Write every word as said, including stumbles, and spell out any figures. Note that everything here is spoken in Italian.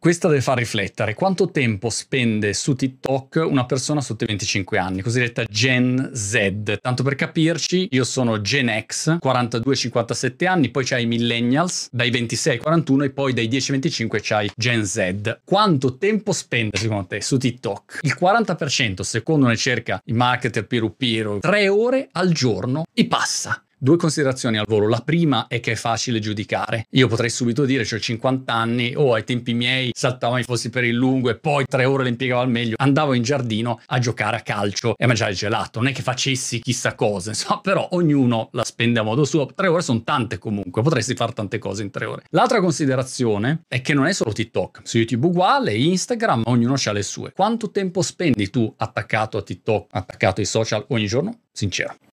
Questa deve far riflettere. Quanto tempo spende su TikTok una persona sotto i venticinque anni, cosiddetta Gen Z? Tanto per capirci, io sono Gen X, quarantadue cinquantasette anni, poi c'hai i millennials, dai ventisei ai quarantuno e poi dai dieci ai venticinque c'hai Gen Z. Quanto tempo spende secondo te su TikTok? Il quaranta per cento, secondo una ricerca di marketer Piru Piru, tre ore al giorno e passa. Due considerazioni al volo. La prima è che è facile giudicare. Io potrei subito dire, ho cinquanta anni, o oh, ai tempi miei saltavo i fossi per il lungo e poi tre ore le impiegavo al meglio. Andavo in giardino a giocare a calcio e a mangiare il gelato. Non è che facessi chissà cosa, insomma, però ognuno la spende a modo suo. Tre ore sono tante comunque, potresti fare tante cose in tre ore. L'altra considerazione è che non è solo TikTok. Su YouTube uguale, Instagram, ognuno ha le sue. Quanto tempo spendi tu attaccato a TikTok, attaccato ai social ogni giorno? Sincero.